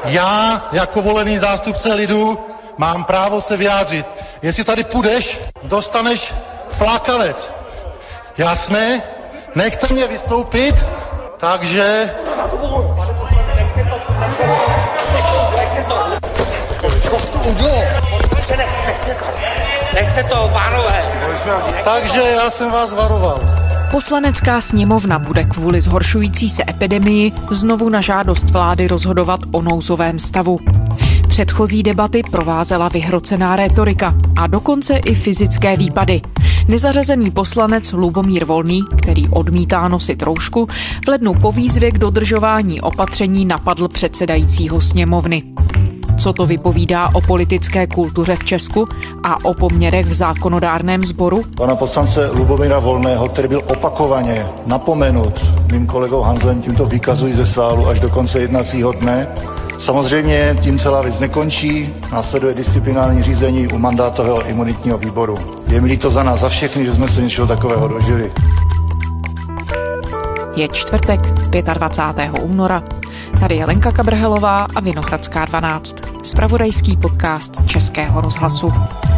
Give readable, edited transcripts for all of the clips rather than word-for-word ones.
Já jako volený zástupce lidu mám právo se vyjádřit. Jestli tady půjdeš, dostaneš flákanec. Jasné? Nechte mě vystoupit, takže... Nechte to, pánové. Takže já jsem vás varoval. Poslanecká sněmovna bude kvůli zhoršující se epidemii znovu na žádost vlády rozhodovat o nouzovém stavu. Předchozí debaty provázela vyhrocená rétorika a dokonce i fyzické výpady. Nezařazený poslanec Lubomír Volný, který odmítá nosit roušku, v lednu po výzvě k dodržování opatření napadl předsedajícího sněmovny. Co to vypovídá o politické kultuře v Česku a o poměrech v zákonodárném sboru? Pana poslance Lubomíra Volného, který byl opakovaně napomenut mým kolegou Hanzelem, tímto vykazují ze sálu až do konce jednacího dne. Samozřejmě tím celá věc nekončí, následuje disciplinární řízení u mandátového imunitního výboru. Je mi líto za nás, za všechny, že jsme se něčeho takového dožili. Je čtvrtek, 25. února. Tady je Lenka Kabrhelová a Vinohradská 12, zpravodajský podcast Českého rozhlasu.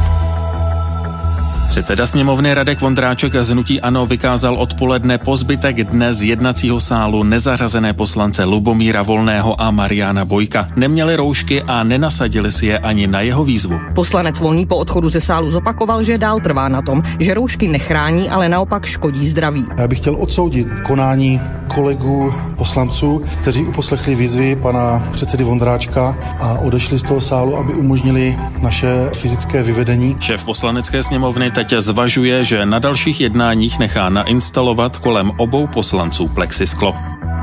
Předseda sněmovny Radek Vondráček z hnutí ANO vykázal odpoledne po zbytek dne z jednacího sálu nezařazené poslance Lubomíra Volného a Mariana Bojka. Neměli roušky a nenasadili si je ani na jeho výzvu. Poslanec Volný po odchodu ze sálu zopakoval, že dál trvá na tom, že roušky nechrání, ale naopak škodí zdraví. Já bych chtěl odsoudit konání kolegů poslanců, kteří uposlechli výzvy pana předsedy Vondráčka a odešli z toho sálu, aby umožnili naše fyzické vyvedení. Šéf poslanecké sněmovny teď zvažuje, že na dalších jednáních nechá nainstalovat kolem obou poslanců plexisklo.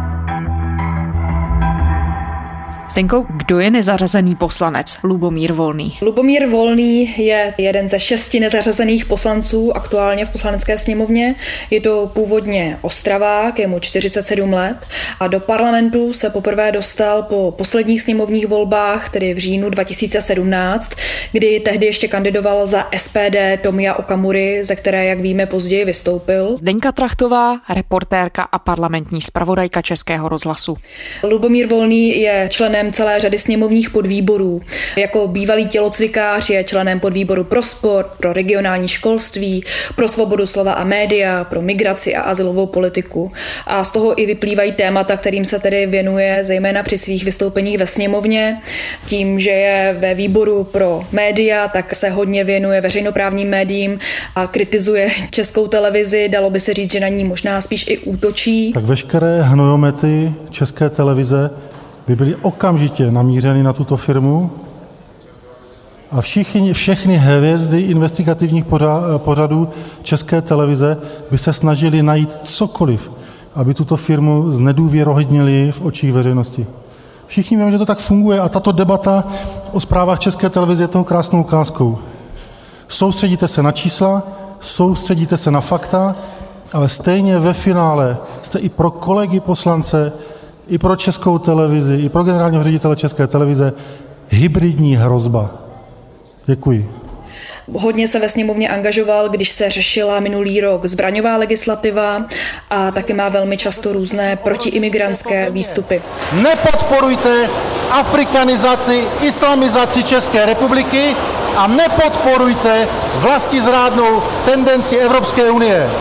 Zdenko, kdo je nezařazený poslanec Lubomír Volný? Lubomír Volný je jeden ze 6 nezařazených poslanců aktuálně v poslanecké sněmovně. Je to původně Ostravák, je mu 47 let a do parlamentu se poprvé dostal po posledních sněmovních volbách, tedy v říjnu 2017, kdy tehdy ještě kandidoval za SPD Tomia Okamury, ze které, jak víme, později vystoupil. Zdenka Trachtová, reportérka a parlamentní zpravodajka Českého rozhlasu. Lubomír Volný je členem celé řady sněmovních podvýborů. Jako bývalý tělocvikář je členem podvýboru pro sport, pro regionální školství, pro svobodu slova a média, pro migraci a azylovou politiku. A z toho i vyplývají témata, kterým se tedy věnuje zejména při svých vystoupeních ve sněmovně. Tím, že je ve výboru pro média, tak se hodně věnuje veřejnoprávním médiím a kritizuje Českou televizi. Dalo by se říct, že na ní možná spíš i útočí. Tak veškeré hnojomety České televize by byly okamžitě namířeny na tuto firmu a všechny hvězdy investigativních pořadů České televize by se snažili najít cokoliv, aby tuto firmu znedůvěrohodnili v očích veřejnosti. Všichni víme, že to tak funguje a tato debata o zprávách České televize je toho krásnou ukázkou. Soustředíte se na čísla, soustředíte se na fakta, ale stejně ve finále jste i pro kolegy poslance, i pro Českou televizi, i pro generálního ředitele České televize hybridní hrozba. Děkuji. Hodně se ve sněmovně angažoval, když se řešila minulý rok zbraňová legislativa a taky má velmi často různé protiimigrantské výstupy. Nepodporujte afrikanizaci, islamizaci České republiky a nepodporujte vlastizrádnou tendenci Evropské unie.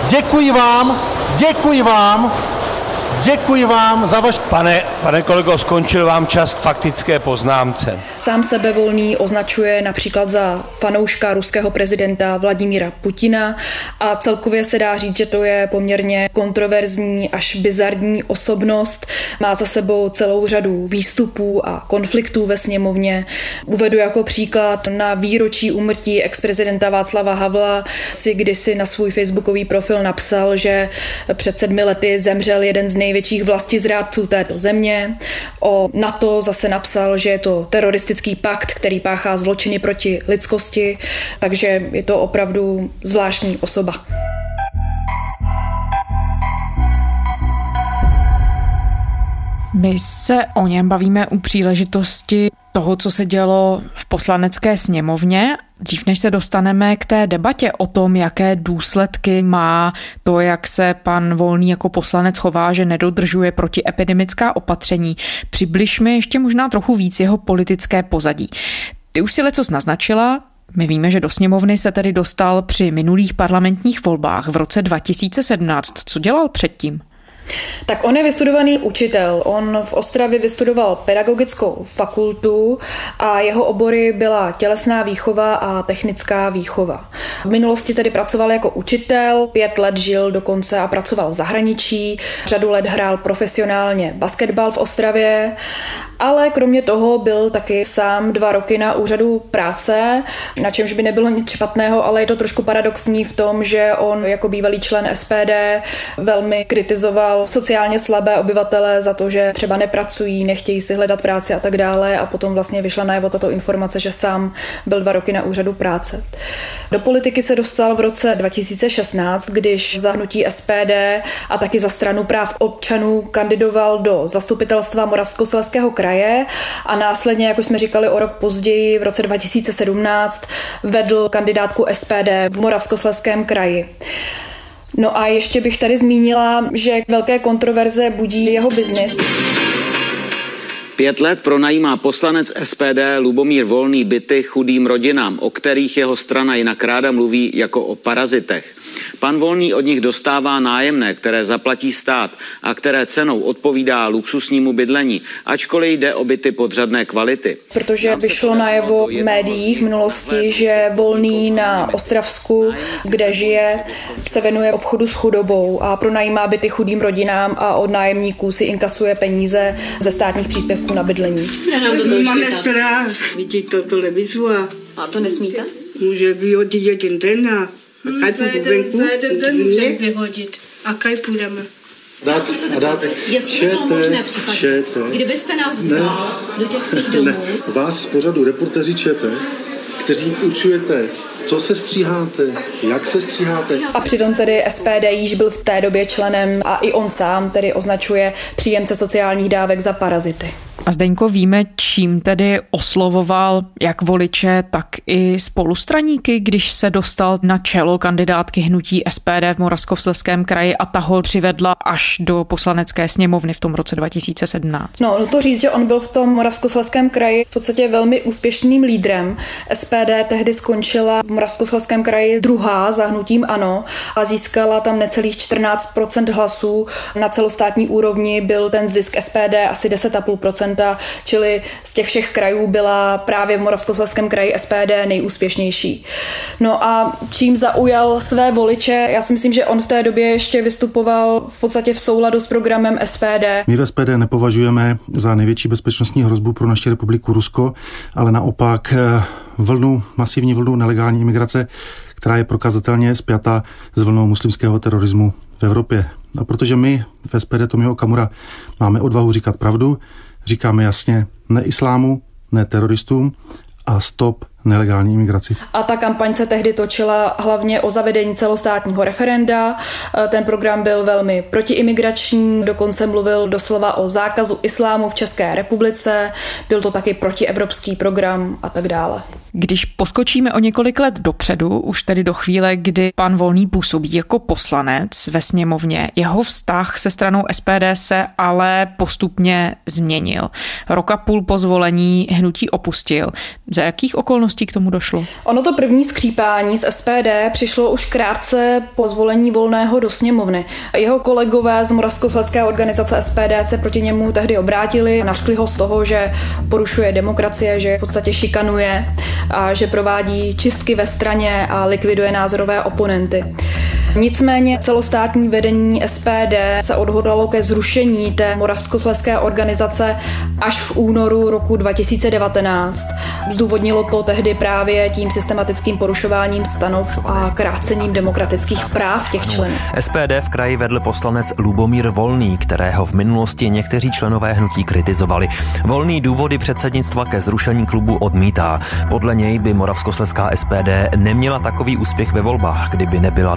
Děkuji vám za vaši... Pane kolego, skončil vám čas k faktické poznámce. Sám sebe Volný označuje například za fanouška ruského prezidenta Vladimíra Putina a celkově se dá říct, že to je poměrně kontroverzní až bizarní osobnost. Má za sebou celou řadu výstupů a konfliktů ve sněmovně. Uvedu jako příklad, na výročí úmrtí exprezidenta Václava Havla si kdysi na svůj facebookový profil napsal, že před 7 lety zemřel jeden z největších vlastizrádců této země. O NATO zase napsal, že je to teroristický pakt, který páchá zločiny proti lidskosti, takže je to opravdu zvláštní osoba. My se o něm bavíme u příležitosti toho, co se dělo v poslanecké sněmovně. Dřív než se dostaneme k té debatě o tom, jaké důsledky má to, jak se pan Volný jako poslanec chová, že nedodržuje protiepidemická opatření, přibližme ještě možná trochu víc jeho politické pozadí. Ty už si lecos naznačila. My víme, že do sněmovny se tedy dostal při minulých parlamentních volbách v roce 2017. Co dělal předtím? Tak on je vystudovaný učitel. On v Ostravě vystudoval pedagogickou fakultu a jeho obory byla tělesná výchova a technická výchova. V minulosti tedy pracoval jako učitel, 5 let žil dokonce a pracoval v zahraničí, řadu let hrál profesionálně basketbal v Ostravě, ale kromě toho byl taky sám 2 roky na úřadu práce, na čemž by nebylo nic špatného, ale je to trošku paradoxní v tom, že on jako bývalý člen SPD velmi kritizoval sociálně slabé obyvatele za to, že třeba nepracují, nechtějí si hledat práci a tak dále, a potom vlastně vyšla najevo tato informace, že sám byl 2 roky na úřadu práce. Do politiky se dostal v roce 2016, když za hnutí SPD a taky za Stranu práv občanů kandidoval do zastupitelstva Moravskoslezského kraje a následně, jak už jsme říkali, o rok později v roce 2017 vedl kandidátku SPD v Moravskoslezském kraji. No a ještě bych tady zmínila, že velké kontroverze budí jeho biznis. 5 let pronajímá poslanec SPD Lubomír Volný byty chudým rodinám, o kterých jeho strana jinak ráda mluví jako o parazitech. Pan Volný od nich dostává nájemné, které zaplatí stát a které cenou odpovídá luxusnímu bydlení, ačkoliv jde o byty podřadné kvality. Protože vyšlo najevo v médiích v minulosti, že Volný na Ostravsku, kde žije, se věnuje obchodu s chudobou a pronajímá byty chudým rodinám a od nájemníků si inkasuje peníze ze státních příspěvků na bydlení. Máme strach vidět to televizu a to nesmíte? Může vyhodit jeden den a za jeden den můžeme vyhodit. A kaj půjdeme? Jestli by bylo možné případně, kdybyste nás vzal do těch svých domů. Vás z pořadu reportéři ČT, kteří určujete, co se stříháte, jak se stříháte. A přitom tedy SPD již byl v té době členem a i on sám tedy označuje příjemce sociálních dávek za parazity. A Zdeňko, víme, čím tedy oslovoval jak voliče, tak i spolustraníky, když se dostal na čelo kandidátky hnutí SPD v Moravskoslezském kraji a ta ho přivedla až do poslanecké sněmovny v tom roce 2017. No to říct, že on byl v tom Moravskoslezském kraji v podstatě velmi úspěšným lídrem. SPD tehdy skončila v Moravskoslezském kraji 2. za hnutím ANO a získala tam necelých 14% hlasů. Na celostátní úrovni byl ten zisk SPD asi 10,5%. Čili z těch všech krajů byla právě v Moravskoslezském kraji SPD nejúspěšnější. No a čím zaujal své voliče, já si myslím, že on v té době ještě vystupoval v podstatě v souladu s programem SPD. My v SPD nepovažujeme za největší bezpečnostní hrozbu pro naši republiku Rusko, ale naopak masivní vlnu nelegální imigrace, která je prokazatelně spjata s vlnou muslimského terorismu v Evropě. A protože my v SPD Tomio Okamura máme odvahu říkat pravdu, říkáme jasně ne islámu, ne teroristům a stop nelegální imigraci. A ta kampaň se tehdy točila hlavně o zavedení celostátního referenda. Ten program byl velmi protiimigrační, dokonce mluvil doslova o zákazu islámu v České republice, byl to taky protievropský program a tak dále. Když poskočíme o několik let dopředu, už tedy do chvíle, kdy pan Volný působí jako poslanec ve sněmovně, jeho vztah se stranou SPD se ale postupně změnil. 1,5 roku po zvolení hnutí opustil. Za jakých okolností k tomu došlo? Ono to první skřípání z SPD přišlo už krátce po zvolení Volného do sněmovny. Jeho kolegové z Moravskoslezské organizace SPD se proti němu tehdy obrátili a nařkli ho z toho, že porušuje demokracie, že v podstatě šikanuje a že provádí čistky ve straně a likviduje názorové oponenty. Nicméně celostátní vedení SPD se odhodlalo ke zrušení té Moravskoslezské organizace až v únoru roku 2019. Zdůvodnilo to tehdy právě tím systematickým porušováním stanov a krácením demokratických práv těch členů. SPD v kraji vedl poslanec Lubomír Volný, kterého v minulosti někteří členové hnutí kritizovali. Volný důvody předsednictva ke zrušení klubu odmítá. Podle něj by Moravskoslezská SPD neměla takový úspěch ve volbách, kdyby nebyla demokratická.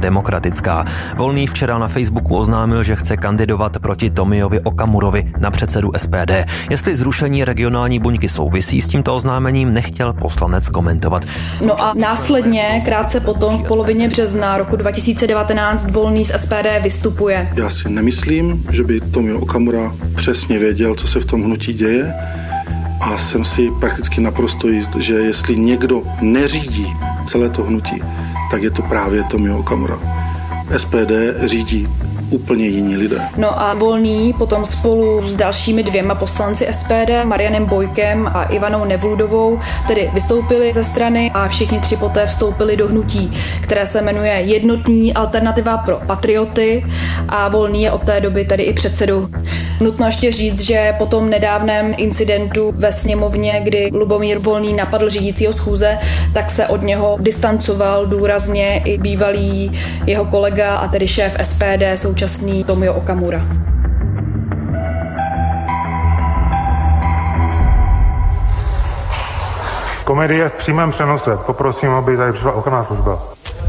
demokratická. Volný včera na Facebooku oznámil, že chce kandidovat proti Tomiovi Okamurovi na předsedu SPD. Jestli zrušení regionální buňky souvisí s tímto oznámením, nechtěl poslanec komentovat. No a následně, krátce potom, v polovině března roku 2019 Volný z SPD vystupuje. Já si nemyslím, že by Tomio Okamura přesně věděl, co se v tom hnutí děje, a jsem si prakticky naprosto jist, že jestli někdo neřídí celé to hnutí, tak je to právě Tomio Okamura. SPD řídí úplně jiní lidé. No a Volný potom spolu s dalšími 2 poslanci SPD, Marianem Bojkem a Ivanou Nevludovou, tedy vystoupili ze strany a všichni 3 poté vstoupili do hnutí, které se jmenuje Jednotní alternativa pro patrioty, a Volný je od té doby tedy i předsedou. Nutno ještě říct, že po tom nedávném incidentu ve sněmovně, kdy Lubomír Volný napadl řídícího schůze, tak se od něho distancoval důrazně i bývalý jeho kolega a tedy šéf SPD, současný Tomio Okamura. Komedie v přímém přenose. Poprosím, aby tady přišla ochranná služba.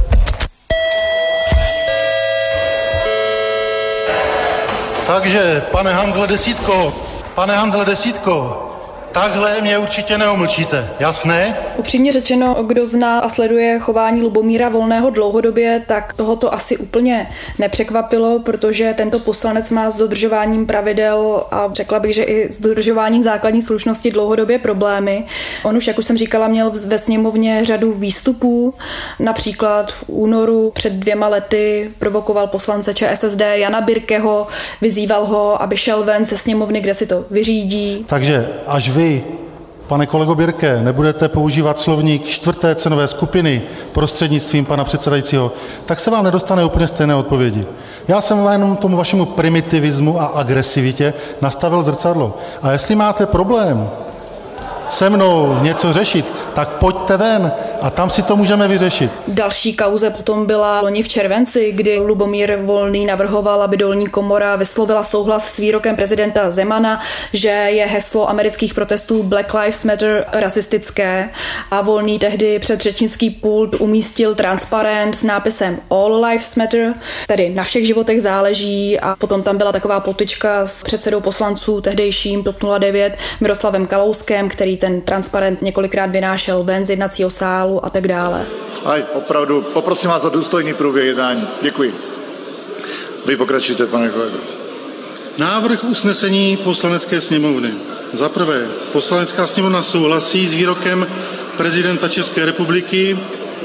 Takže, pane Hanzle Desítko, takhle mě určitě neomlčíte, jasné? Upřímně řečeno, kdo zná a sleduje chování Lubomíra Volného dlouhodobě, tak tohoto asi úplně nepřekvapilo, protože tento poslanec má s dodržováním pravidel a řekla bych, že i s dodržováním základní slušnosti dlouhodobě problémy. On už, jak už jsem říkala, měl ve sněmovně řadu výstupů, například v únoru před 2 lety provokoval poslance ČSSD Jana Birkeho, vyzýval ho, aby šel ven ze sněmovny, kde si to vyřídí. Takže až vy, pane kolego Birke, nebudete používat slovník 4. cenové skupiny prostřednictvím pana předsedajícího, tak se vám nedostane úplně stejné odpovědi. Já jsem jenom tomu vašemu primitivismu a agresivitě nastavil zrcadlo. A jestli máte problém se mnou něco řešit, tak pojďte ven a tam si to můžeme vyřešit. Další kauze potom byla loni v červenci, kdy Lubomír Volný navrhoval, aby dolní komora vyslovila souhlas s výrokem prezidenta Zemana, že je heslo amerických protestů Black Lives Matter rasistické, a Volný tehdy před řečnický pult umístil transparent s nápisem All Lives Matter, tedy na všech životech záleží, a potom tam byla taková potyčka s předsedou poslanců tehdejším TOP 09 Miroslavem Kalouskem, který ten transparent několikrát vynášel ven z jednacího sálu a tak dále. Opravdu, poprosím vás o důstojný průběh jednání. Děkuji. Vy pokračujte, pane kolego. Návrh usnesení Poslanecké sněmovny. Za prvé, Poslanecká sněmovna souhlasí s výrokem prezidenta České republiky.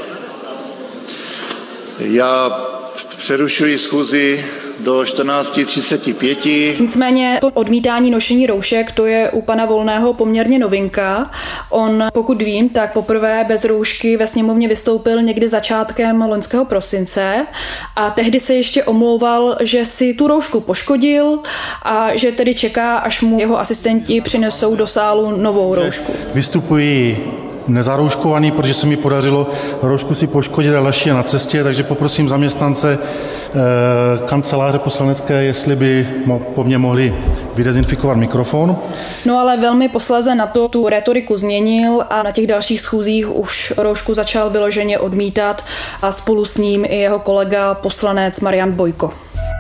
Já přerušuji schůzi do 14:35. Nicméně to odmítání nošení roušek, to je u pana Volného poměrně novinka. On, pokud vím, tak poprvé bez roušky ve sněmovně vystoupil někdy začátkem loňského prosince a tehdy se ještě omlouval, že si tu roušku poškodil a že tedy čeká, až mu jeho asistenti přinesou do sálu novou roušku. Vystupuji nezarouškovaný, protože se mi podařilo roušku si poškodit a další je na cestě, takže poprosím zaměstnance kanceláře poslanecké, jestli by po mně mohli vydezinfikovat mikrofon. No ale velmi posléze na to tu retoriku změnil a na těch dalších schůzích už roušku začal vyloženě odmítat a spolu s ním i jeho kolega poslanec Marian Bojko.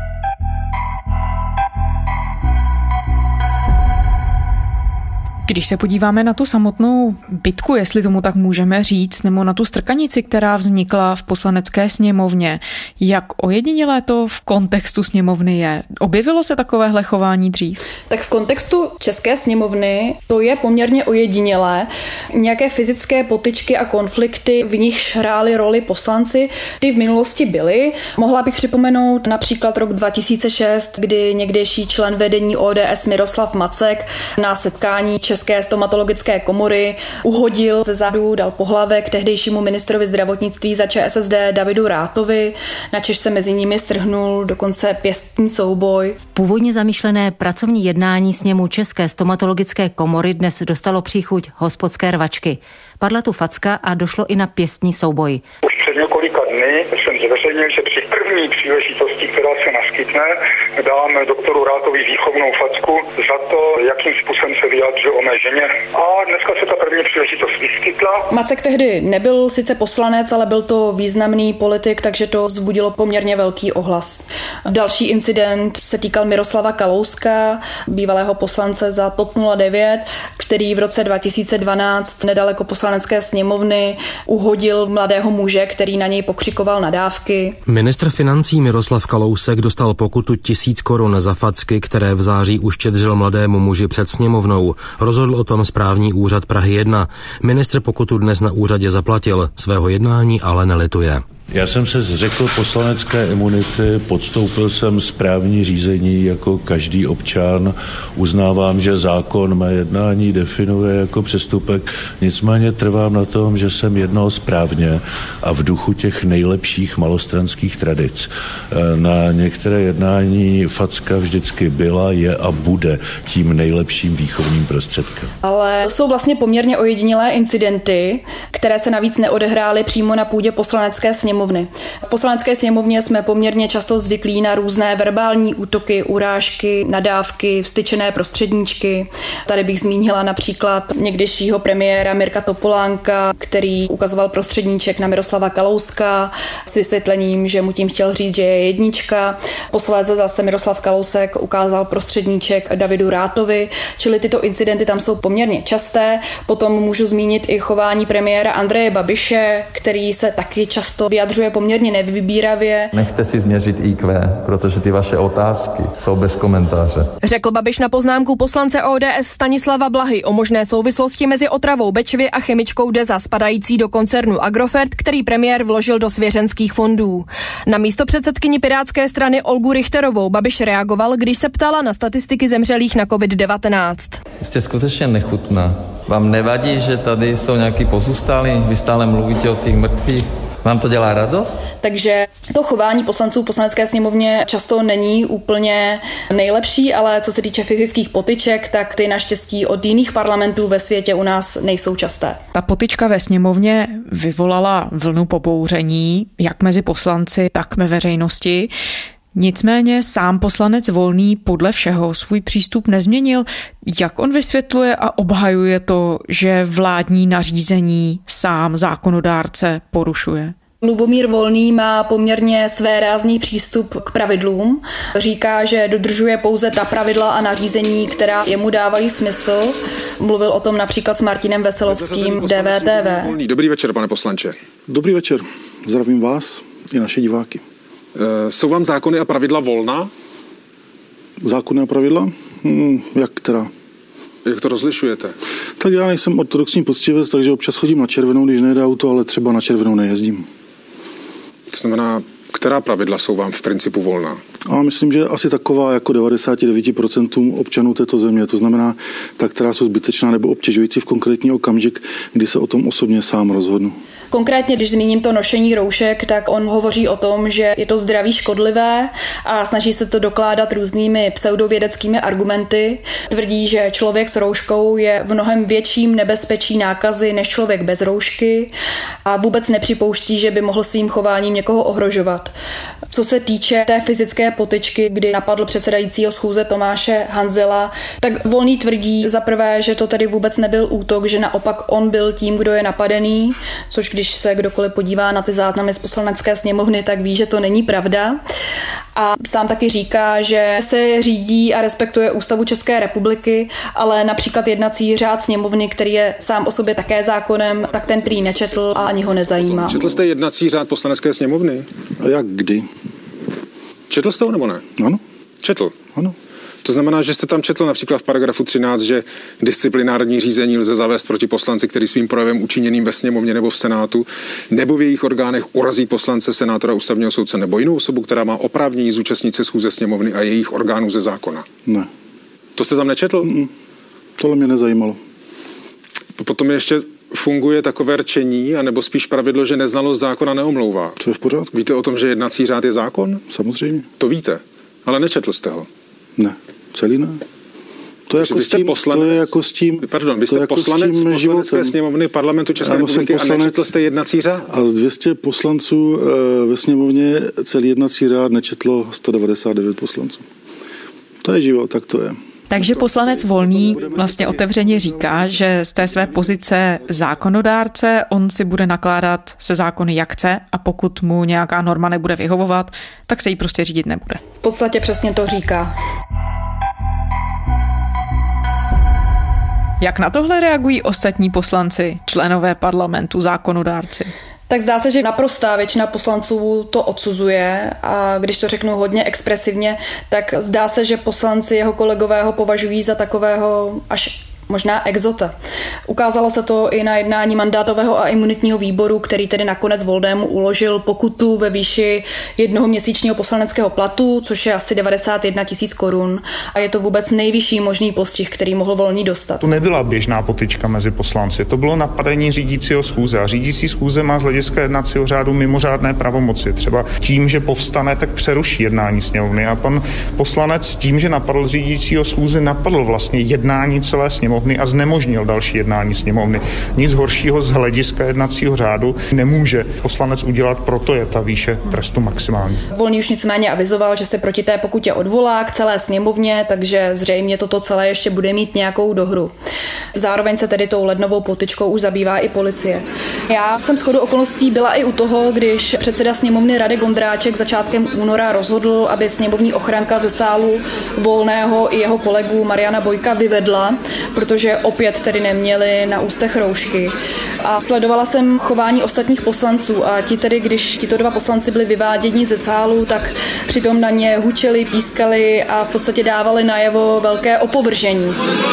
Když se podíváme na tu samotnou bitku, jestli tomu tak můžeme říct, nebo na tu strkanici, která vznikla v Poslanecké sněmovně, jak ojedinělé to v kontextu sněmovny je? Objevilo se takovéhle chování dřív? Tak v kontextu České sněmovny to je poměrně ojedinělé. Nějaké fyzické potyčky a konflikty, v nichž hrály roli poslanci, ty v minulosti byly. Mohla bych připomenout například rok 2006, kdy někdejší člen vedení ODS Miroslav Macek na setkání České stomatologické komory uhodil ze zadu, dal pohlavek tehdejšímu ministrovi zdravotnictví za ČSSD Davidu Rátovi, načež se mezi nimi strhnul dokonce pěstní souboj. Původně zamýšlené pracovní jednání sněmu České stomatologické komory dnes dostalo příchuť hospodské rvačky. Padla tu facka a došlo i na pěstní souboj. Už Před několika dny jsem zveřejnil, že při první příležitosti, která se naskytne, dám doktoru Rátovi výchovnou facku za to, jakým způsobem se vyjádřil o mé ženě. A dneska se ta první příležitost vyskytla. Macek tehdy nebyl sice poslanec, ale byl to významný politik, takže to vzbudilo poměrně velký ohlas. Další incident se týkal Miroslava Kalouska, bývalého poslance za TOP 09, který v roce 2012 nedaleko Poslanecké sněmovny uhodil mladého muže, který na něj pokřikoval nadávky. Ministr financí Miroslav Kalousek dostal pokutu 1000 korun za facky, které v září uštědřil mladému muži před sněmovnou. Rozhodl o tom správní úřad Prahy 1. Ministr pokutu dnes na úřadě zaplatil, svého jednání ale nelituje. Já jsem se zřekl poslanecké imunity, podstoupil jsem správní řízení jako každý občan. Uznávám, že zákon mé jednání definuje jako přestupek, nicméně trvám na tom, že jsem jednal správně a v duchu těch nejlepších malostranských tradic. Na některé jednání facka vždycky byla, je a bude tím nejlepším výchovným prostředkem. Ale jsou vlastně poměrně ojedinělé incidenty, které se navíc neodehrály přímo na půdě Poslanecké sněmovny. V Poslanecké sněmovně jsme poměrně často zvyklí na různé verbální útoky, urážky, nadávky, vztyčené prostředníčky. Tady bych zmínila například někdejšího premiéra Mirka Topolánka, který ukazoval prostředníček na Miroslava Kalouska s vysvětlením, že mu tím chtěl říct, že je jednička. Posléze zase Miroslav Kalousek ukázal prostředníček Davidu Rátovi, čili tyto incidenty tam jsou poměrně časté. Potom můžu zmínit i chování premiéra Andreje Babiše, který se taky často vyjadřuje poměrně nevybíravě. Nechte si změřit IQ, protože ty vaše otázky jsou bez komentáře. Řekl Babiš na poznámku poslance ODS Stanislava Blahy o možné souvislosti mezi otravou Bečvy a chemičkou Deza spadající do koncernu Agrofert, který premiér vložil do svěřenských fondů. Na místopředsedkyni Pirátské strany Olgu Richterovou Babiš reagoval, když se ptala na statistiky zemřelých na COVID-19. Jste skutečně nechutná. Vám nevadí, že tady jsou nějaký pozůstalí? Vy stále mluvíte o těch mrtvých? Vám to dělá radost? Takže to chování poslanců v Poslanecké sněmovně často není úplně nejlepší, ale co se týče fyzických potyček, tak ty naštěstí od jiných parlamentů ve světě u nás nejsou časté. Ta potyčka ve sněmovně vyvolala vlnu pobouření, jak mezi poslanci, tak ve veřejnosti. Nicméně sám poslanec Volný podle všeho svůj přístup nezměnil. Jak on vysvětluje a obhajuje to, že vládní nařízení sám zákonodárce porušuje? Lubomír Volný má poměrně svérázný přístup k pravidlům. Říká, že dodržuje pouze ta pravidla a nařízení, která jemu dávají smysl. Mluvil o tom například s Martinem Veselovským DVTV. Dobrý večer, pane poslanče. Dobrý večer. Zdravím vás i naše diváky. Jsou vám zákony a pravidla volná? Zákony a pravidla? Jak teda? Jak to rozlišujete? Tak já nejsem ortodoxní poctivec, takže občas chodím na červenou, když nejde auto, ale třeba na červenou nejezdím. To znamená, která pravidla jsou vám v principu volná? A myslím, že asi taková jako 99% občanů této země, to znamená ta, která jsou zbytečná nebo obtěžující v konkrétní okamžik, kdy se o tom osobně sám rozhodnu. Konkrétně, když zmíním to nošení roušek, tak on hovoří o tom, že je to zdraví škodlivé a snaží se to dokládat různými pseudovědeckými argumenty. Tvrdí, že člověk s rouškou je v mnohem větším nebezpečí nákazy než člověk bez roušky a vůbec nepřipouští, že by mohl svým chováním někoho ohrožovat. Co se týče té fyzické potyčky, kdy napadl předsedajícího schůze Tomáše Hanzela, tak Volný tvrdí za prvé, že to tedy vůbec nebyl útok, že naopak on byl tím, kdo je napadený, což když se kdokoliv podívá na ty záznamy z Poslanecké sněmovny, tak ví, že to není pravda. A sám taky říká, že se řídí a respektuje Ústavu České republiky, ale například jednací řád sněmovny, který je sám o sobě také zákonem, tak ten prý nečetl a ani ho nezajímá. Četl jste jednací řád Poslanecké sněmovny? A jak kdy? Četl jste ho nebo ne? Ano. Četl? Ano. To znamená, že jste tam četl například v paragrafu 13, že disciplinární řízení lze zavést proti poslanci, který svým projevem učiněným ve sněmovně nebo v senátu nebo v jejich orgánech urazí poslance, senátora, ústavního soudce nebo jinou osobu, která má oprávnění zúčastnit se schůze sněmovny a jejich orgánů ze zákona. Ne. To jste tam nečetl? Tohle mě nezajímalo. Potom ještě funguje takové rčení, anebo spíš pravidlo, že neznalost zákona neomlouvá. Co je v pořádku? Víte o tom, že jednací řád je zákon? Samozřejmě. To víte, ale nečetl jste ho. Ne, celý ne. To je jako s tím. Pardon, vy jste poslanec Poslanecké sněmovny Parlamentu České republiky a nečetl jste jednací řád. A z 200 poslanců ve sněmovně celý jednací řád nečetlo 199 poslanců. To je život, tak to je. Takže poslanec Volný vlastně otevřeně říká, že z té své pozice zákonodárce on si bude nakládat se zákony jak chce a pokud mu nějaká norma nebude vyhovovat, tak se jí prostě řídit nebude. V podstatě přesně to říká. Jak na tohle reagují ostatní poslanci, členové parlamentu, zákonodárci? Tak zdá se, že naprostá většina poslanců to odsuzuje a když to řeknu hodně expresivně, tak zdá se, že poslanci jeho kolegové ho považují za takového až možná exota. Ukázalo se to i na jednání mandátového a imunitního výboru, který tedy nakonec Volnému uložil pokutu ve výši 1 měsíčního poslaneckého platu, což je asi 91 000 korun a je to vůbec nejvyšší možný postih, který mohl Volný dostat. To nebyla běžná potyčka mezi poslanci, to bylo napadení řídícího schůze a řídící schůze má z hlediska jednacího řádu mimořádné pravomoci. Třeba tím, že povstane, tak přeruší jednání sněmovny a pan poslanec tím, že napadl řídícího schůze, napadl vlastně jednání celé sněmovny a znemožnil další jednání sněmovny. Nic horšího z hlediska jednacího řádu nemůže poslanec udělat, proto je ta výše trestu maximální. Volný už nicméně avizoval, že se proti té pokutě odvolá k celé sněmovně, takže zřejmě toto celé ještě bude mít nějakou dohru. Zároveň se tedy tou lednovou potyčkou už zabývá i policie. Já jsem shodou okolností byla i u toho, když předseda sněmovny Radek Vondráček začátkem února rozhodl, aby sněmovní ochranka ze sálu Volného i jeho kolegu Mariana Bojka vyvedla, protože opět tedy neměli na ústech roušky. A sledovala jsem chování ostatních poslanců a ti tedy, když tito 2 poslanci byli vyváděni ze sálu, tak přitom na ně hučeli, pískali a v podstatě dávali najevo velké opovržení.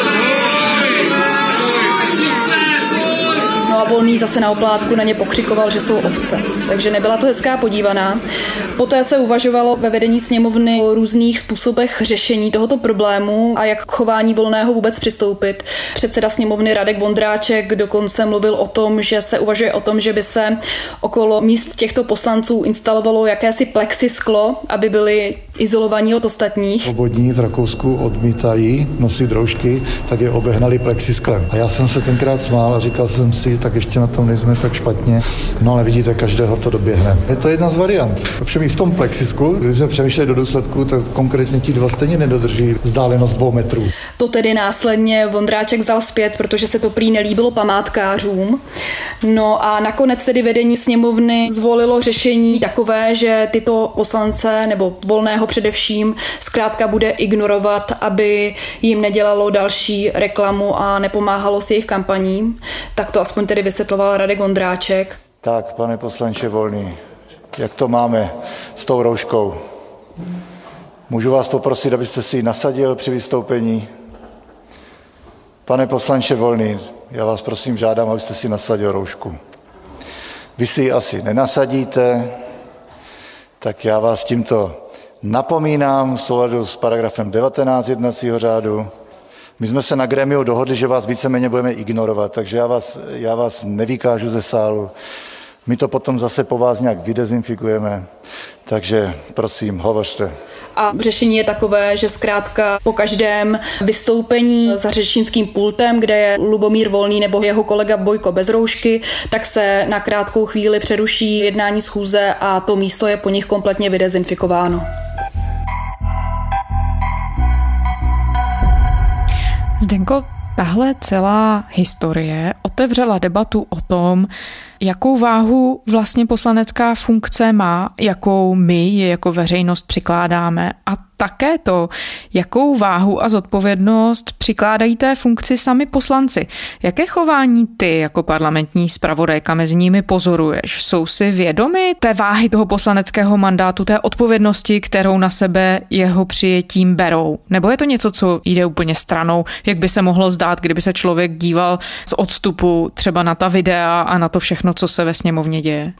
No a Volný zase na oplátku na ně pokřikoval, že jsou ovce. Takže nebyla to hezká podívaná. Poté se uvažovalo ve vedení sněmovny o různých způsobech řešení tohoto problému a jak k chování Volného vůbec přistoupit. Předseda sněmovny Radek Vondráček dokonce mluvil o tom, že se uvažuje o tom, že by se okolo míst těchto poslanců instalovalo jakési plexisklo, aby byli izolovaní od ostatních. Svobodní v Rakousku odmítají nosit roušky, tak je obehnali plexisklem. A já jsem se tenkrát smál a říkal jsem si, tak ještě na tom nejsme tak špatně. No ale vidíte, každého to doběhne. Je to jedna z variant. Ovšem i v tom plexisku, když jsme přemýšleli do důsledku, tak konkrétně ti 2 stejně nedodrží vzdálenost 2 metrů. To tedy následně Vondráček vzal zpět, protože se to prý nelíbilo památkářům. No a nakonec tedy vedení sněmovny zvolilo řešení takové, že tyto poslance nebo Volného především zkrátka bude ignorovat, aby jim nedělalo další reklamu a nepomáhalo s jejich kampaním. Tak to aspoň tedy vysvětloval Radek Vondráček. Tak, pane poslanče Volný, jak to máme s tou rouškou? Můžu vás poprosit, abyste si ji nasadil při vystoupení? Pane poslanče Volný, já vás prosím, žádám, abyste si nasadil roušku. Vy si ji asi nenasadíte, tak já vás tímto napomínám v souladu s paragrafem 19 jednacího řádu. My jsme se na grémiu dohodli, že vás víceméně budeme ignorovat, takže já vás nevykážu ze sálu. My to potom zase po vás nějak vydezinfikujeme, takže prosím, hovořte. A řešení je takové, že zkrátka po každém vystoupení za řečnickým pultem, kde je Lubomír Volný nebo jeho kolega Bojko bez roušky, tak se na krátkou chvíli přeruší jednání schůze a to místo je po nich kompletně vydezinfikováno. Zdenko, tahle celá historie otevřela debatu o tom, jakou váhu vlastně poslanecká funkce má, jakou my je jako veřejnost přikládáme a také to, jakou váhu a zodpovědnost přikládají té funkci sami poslanci. Jaké chování ty jako parlamentní zpravodajka mezi nimi pozoruješ? Jsou si vědomi té váhy toho poslaneckého mandátu, té odpovědnosti, kterou na sebe jeho přijetím berou? Nebo je to něco, co jde úplně stranou, jak by se mohlo zdát, kdyby se člověk díval z odstupu třeba na ta videa a na to všechno, co se ve sněmovně děje?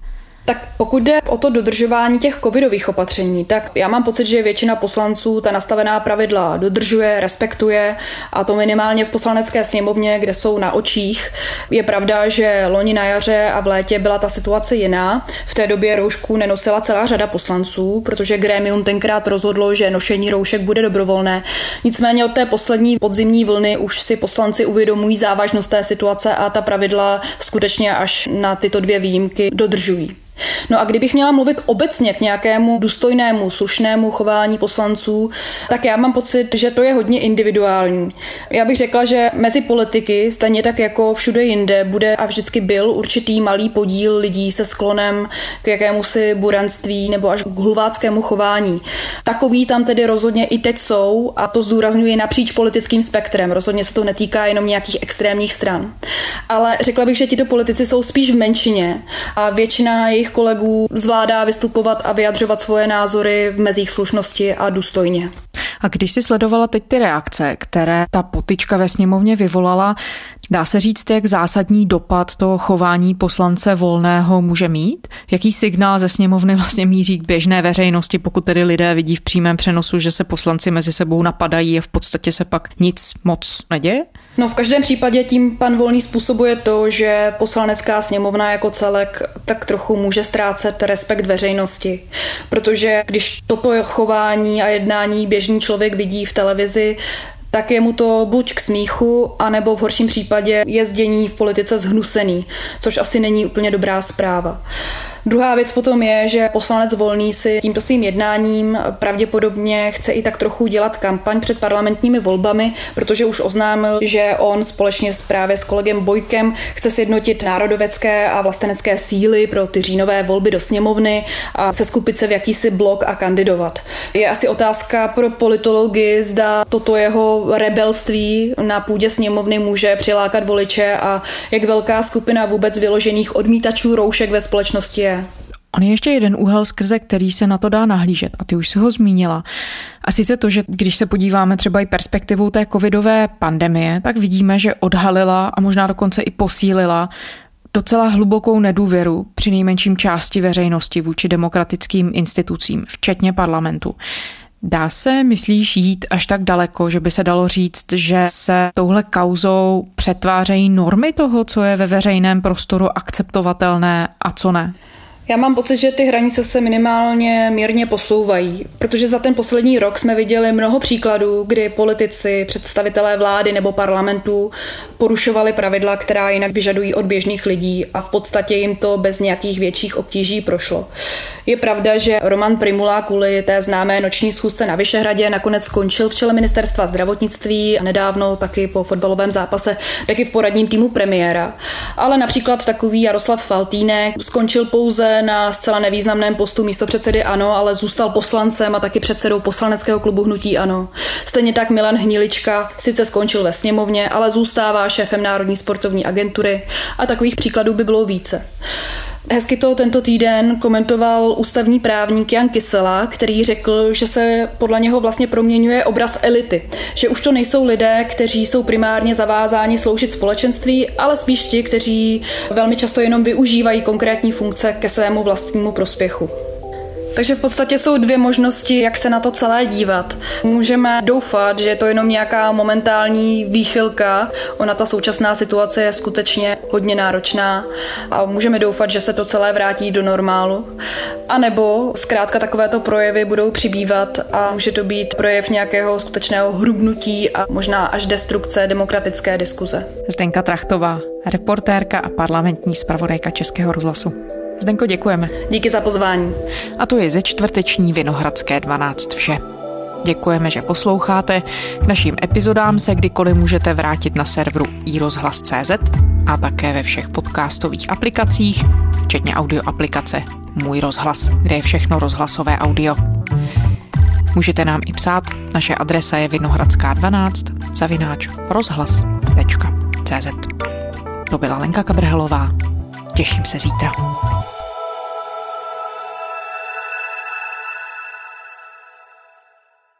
Tak pokud jde o to dodržování těch covidových opatření, tak já mám pocit, že většina poslanců ta nastavená pravidla dodržuje, respektuje, a to minimálně v Poslanecké sněmovně, kde jsou na očích. Je pravda, že loni na jaře a v létě byla ta situace jiná. V té době roušku nenosila celá řada poslanců, protože grémium tenkrát rozhodlo, že nošení roušek bude dobrovolné. Nicméně od té poslední podzimní vlny už si poslanci uvědomují závažnost té situace a ta pravidla skutečně až na tyto 2 výjimky dodržují. No a kdybych měla mluvit obecně k nějakému důstojnému, slušnému chování poslanců, tak já mám pocit, že to je hodně individuální. Já bych řekla, že mezi politiky, stejně tak jako všude jinde, bude a vždycky byl určitý malý podíl lidí se sklonem k jakémusi buranství nebo až k hulváckému chování. Takový tam tedy rozhodně i teď jsou, a to zdůrazňuji napříč politickým spektrem. Rozhodně se to netýká jenom nějakých extrémních stran. Ale řekla bych, že tito politici jsou spíš v menšině a většina jejich kolegů zvládá vystupovat a vyjadřovat svoje názory v mezích slušnosti a důstojně. A když si sledovala teď ty reakce, které ta potyčka ve sněmovně vyvolala, dá se říct, jak zásadní dopad toho chování poslance Volného může mít? Jaký signál ze sněmovny vlastně míří k běžné veřejnosti, pokud tedy lidé vidí v přímém přenosu, že se poslanci mezi sebou napadají a v podstatě se pak nic moc neděje? No v každém případě tím pan Volný způsobuje to, že Poslanecká sněmovna jako celek tak trochu může ztrácet respekt veřejnosti. Protože když toto chování a jednání běžný člověk vidí v televizi, tak je mu to buď k smíchu, anebo v horším případě je zdění v politice zhnusený, což asi není úplně dobrá zpráva. Druhá věc potom je, že poslanec Volný si tímto svým jednáním pravděpodobně chce i tak trochu dělat kampaň před parlamentními volbami, protože už oznámil, že on společně právě s kolegem Bojkem chce sjednotit národovecké a vlastenecké síly pro ty říjnové volby do sněmovny a seskupit se v jakýsi blok a kandidovat. Je asi otázka pro politology, zda toto jeho rebelství na půdě sněmovny může přilákat voliče a jak velká skupina vůbec vyložených odmítačů roušek ve společnosti je. On je ještě jeden úhel, skrze který se na to dá nahlížet, a ty už si ho zmínila. A sice to, že když se podíváme třeba i perspektivou té covidové pandemie, tak vidíme, že odhalila a možná dokonce i posílila docela hlubokou nedůvěru při nejmenším části veřejnosti vůči demokratickým institucím, včetně parlamentu. Dá se, myslíš, jít až tak daleko, že by se dalo říct, že se touhle kauzou přetvářejí normy toho, co je ve veřejném prostoru akceptovatelné a co ne? Já mám pocit, že ty hranice se minimálně mírně posouvají, protože za ten poslední rok jsme viděli mnoho příkladů, kdy politici, představitelé vlády nebo parlamentů porušovali pravidla, která jinak vyžadují od běžných lidí, a v podstatě jim to bez nějakých větších obtíží prošlo. Je pravda, že Roman Prymula kvůli té známé noční schůzce na Vyšehradě nakonec skončil v čele ministerstva zdravotnictví a nedávno taky po fotbalovém zápase taky v poradním týmu premiéra. Ale například takový Jaroslav Faltýnek skončil pouze na zcela nevýznamném postu místopředsedy ANO, ale zůstal poslancem a taky předsedou poslaneckého klubu Hnutí ANO. Stejně tak Milan Hnilička sice skončil ve sněmovně, ale zůstává šéfem Národní sportovní agentury, a takových příkladů by bylo více. Hezky to tento týden komentoval ústavní právník Jan Kysela, který řekl, že se podle něho vlastně proměňuje obraz elity. Že už to nejsou lidé, kteří jsou primárně zavázáni sloužit společenství, ale spíš ti, kteří velmi často jenom využívají konkrétní funkce ke svému vlastnímu prospěchu. Takže v podstatě jsou 2 možnosti, jak se na to celé dívat. Můžeme doufat, že je to jenom nějaká momentální výchylka, ona ta současná situace je skutečně hodně náročná, a můžeme doufat, že se to celé vrátí do normálu. A nebo zkrátka takovéto projevy budou přibývat a může to být projev nějakého skutečného hrubnutí a možná až destrukce demokratické diskuze. Zdenka Trachtová, reportérka a parlamentní zpravodajka Českého rozhlasu. Zdenko, děkujeme. Díky za pozvání. A to je ze čtvrteční Vinohradské 12 vše. Děkujeme, že posloucháte. K našim epizodám se kdykoliv můžete vrátit na serveru iRozhlas.cz a také ve všech podcastových aplikacích, včetně audio aplikace Můj rozhlas, kde je všechno rozhlasové audio. Můžete nám i psát, naše adresa je vinohradská12 @rozhlas.cz. To byla Lenka Kabrhelová. Těším se zítra.